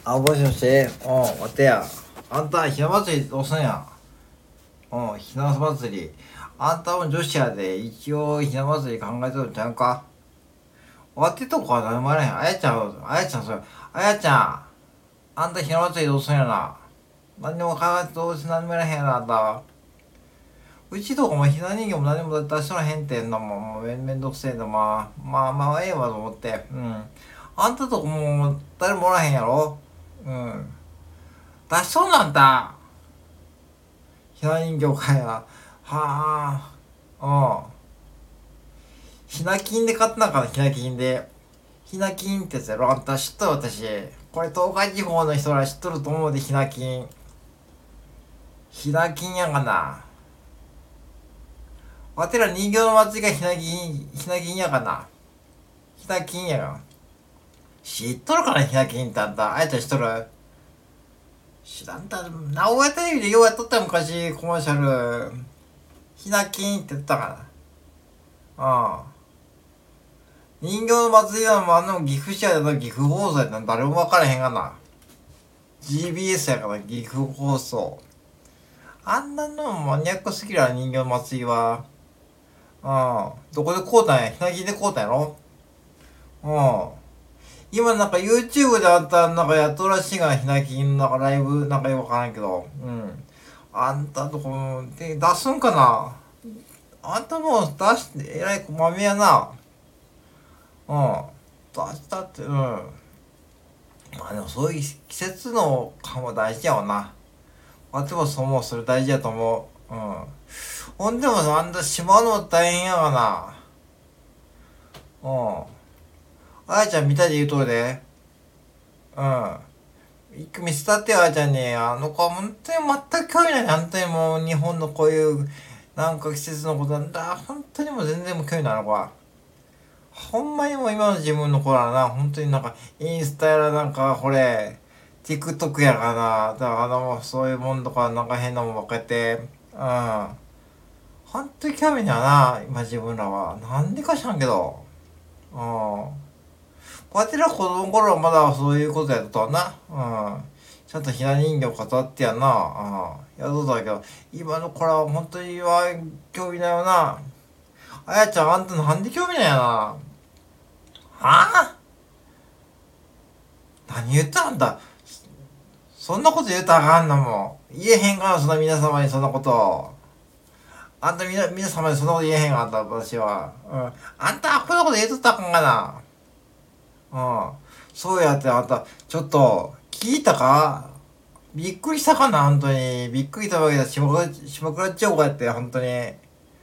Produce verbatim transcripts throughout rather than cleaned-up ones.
あ、もしもし、うん、待てや。あんた、ひな祭りどうすんや。うん、ひな祭り。あんたも女子やで、一応ひな祭り考えとるんちゃうか。終わってとこは何もあらへん。あやちゃん、あやちゃん、それ、あやちゃん、あんたひな祭りどうすんやな。何にも考えてどうして何もやらへんやな、あんた。うちとこもひな人形も何も出しとらへんってんのも、もうめんめんどくせえの、まあ、まあまあ、ええわと思って。うん。あんたとこもう誰もおらへんやろ。うん。出しそうなんだ。ひな人形かや。はあ。うん。ひな金で買ったのかな、ひな金で。ひな金ってやつやろ。あんた知っとる私。これ東海地方の人ら知っとると思うで、ひな金。ひな金やがな。わてら人形の祭りがひな金、ひな金やがな。ひな金やが。知っとるかな、ひな金ってあんた。あやちゃん知っとる？知らんた。名古屋テレビでようやっとったよ、昔、コマーシャル。ひな金って言ったかな。ああ。人形の祭りはもうあの岐阜市やの岐阜放送やったら誰も分からへんがな。ジービーエス やから岐阜放送。あんなのマニアックすぎるわ、人形の祭りは。うん。どこで買うたんや？ひなぎで買うたんやろ？うん。今なんか YouTube であったなんかやっとるらしいが、ひなきんなんかライブなんかよくわからんけど。うん。あんたとこで出すんかな？あんたもう出してえらいまめやな。うん。出したって、うん。まあでもそういう季節の感は大事やわな。私もそう思う、それ大事やと思う。うん。ほんでもあんたしまうの大変やがな。うん。あやちゃん見たで言うとるで。うん。一個見せたってよ、あやちゃんに。あの子は本当に全く興味ない。本当にもう日本のこういう、なんか季節のことなんだ。本当にもう全然もう興味ないの子は。ほんまにもう今の自分の子らな、本当になんか、インスタやらなんか、これ、TikTok やからな、だからあの、そういうもんとか、なんか変なもんばっかやって、うん。本当に興味ないな、今自分らは。なんでか知らんけど。うん。こうやってら子供の頃はまだそういうことやったとはな。うん。ちゃんとひな人形飾ってやんな。うん。やっとったけど、今の子らは本当には興味ないよな。あやちゃん、あんたなんで興味ないやな。はあ？何言ったんだ。そんなこと言うたらあかんなもん。言えへんかな、そんな皆様にそんなこと。あんたみな、皆様にそんなこと言えへんかった、私は。うん。あんた、こんなこと言うとったらあかんかな。うん。そうやって、あんた、ちょっと、聞いたか？びっくりしたかな、本当に。びっくりしたわけだ。しもくら、しもくらっちゃおうかやって、本当に。うん。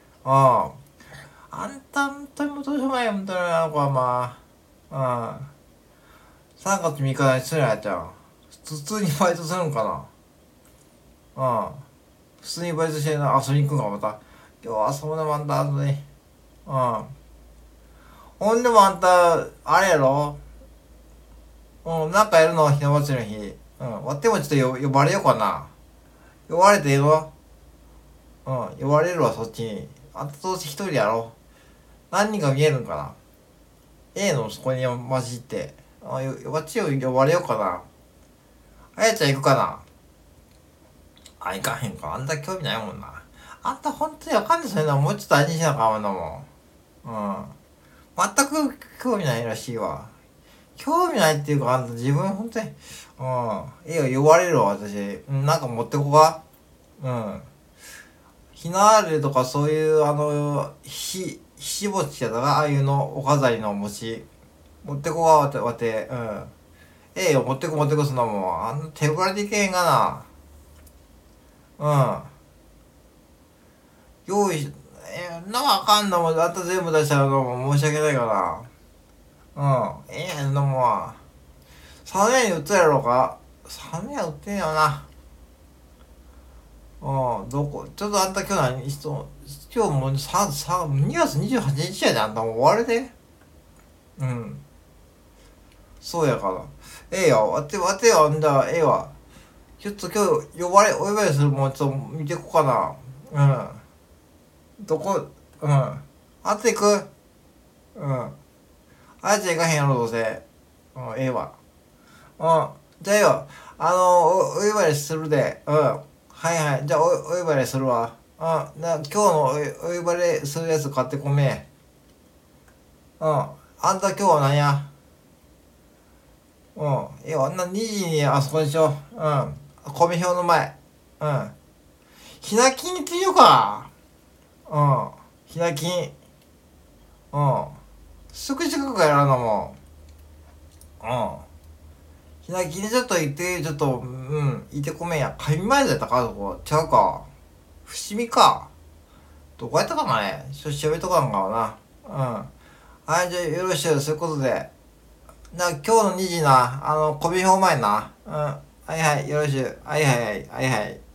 あんた、本当にもうどうしようもないよ、本当に、あの子はまあ。うん。さんがつみっかにするやちゃん。普通にバイトするんかな。うん。普通にバイトしてな、遊びに行くんかまた。今日遊ぶのもあんた後に。うん。ほんでもあんた、あれやろ？うん、なんかやるのひな祭りの日。うん。わってもちょっとよ呼ばれようかな。呼ばれてええの？うん。呼ばれるわ、そっちに。あんたどうせ一人やろ？何人か見えるんかな？ええのそこに混じって。あ、よ、わっちを呼ばれようかな。あやちゃん行くかな？あ、行かへんか。あんた興味ないもんな。あんた本当にわかんないそういうのもうちょっと味にしなあかんわなもん。うん。全く興味ないらしいわ。興味ないっていうか、あんた自分本当に、うん。ええよ、呼ばれるわ、私。うん、なんか持ってこか？うん。ひなあれとかそういう、あの、ひ、ひし餅やだな、ああいうの、お飾りの餅。持ってこか、わて、わて、うん。ええよ、持ってこ持ってこ、そんなもん。あんな手ぶらでいけへんがな。うん。用意し、えー、なあかんのも、あと全部出しちゃうのも申し訳ないから。うん。ええやんなもん。サメに売ったやろうか？サメは売ってんよな。うん、どこ、ちょっとあんた今日何人、今日もうさ、さ、にがつにじゅうはちにちやで、あんたもう終わりで。うん。そうやから。ええや、わて、わてよ、あんだ、ええわ。ちょっと今日呼ばれ、お呼ばれするもん、ちょっと見てこうかな。うん。どこ、うん。あと行く？うん。あやちゃん行かへんやろ、どうせ。うん、ええわ。うん。 じゃあよ、あの、お、お呼ばれするで。うん。はいはい。じゃあお、お呼ばれするわ。うん。な、今日のお、お呼ばれするやつ買ってこめ。うん。あんた今日は何や？うん。いや、あんなにじにあそこでしょ。うん。米表の前。うん。ひなきんに行ってみようか。うん。ひなきん。うん。すぐ近くからやらなもん。うん。ひなきにちょっと行って、ちょっと、うん、いてこめんや。かみ前だったか、そこ。違うか。伏見か。どこやったかなね。ちょっと調べとかんかな。うん。はい、じゃあよろしゅう。そういうことで。な、今日のにじな、あの、小尾表前な。うん。はいはい、よろしゅう。はいはいはい、はいはい。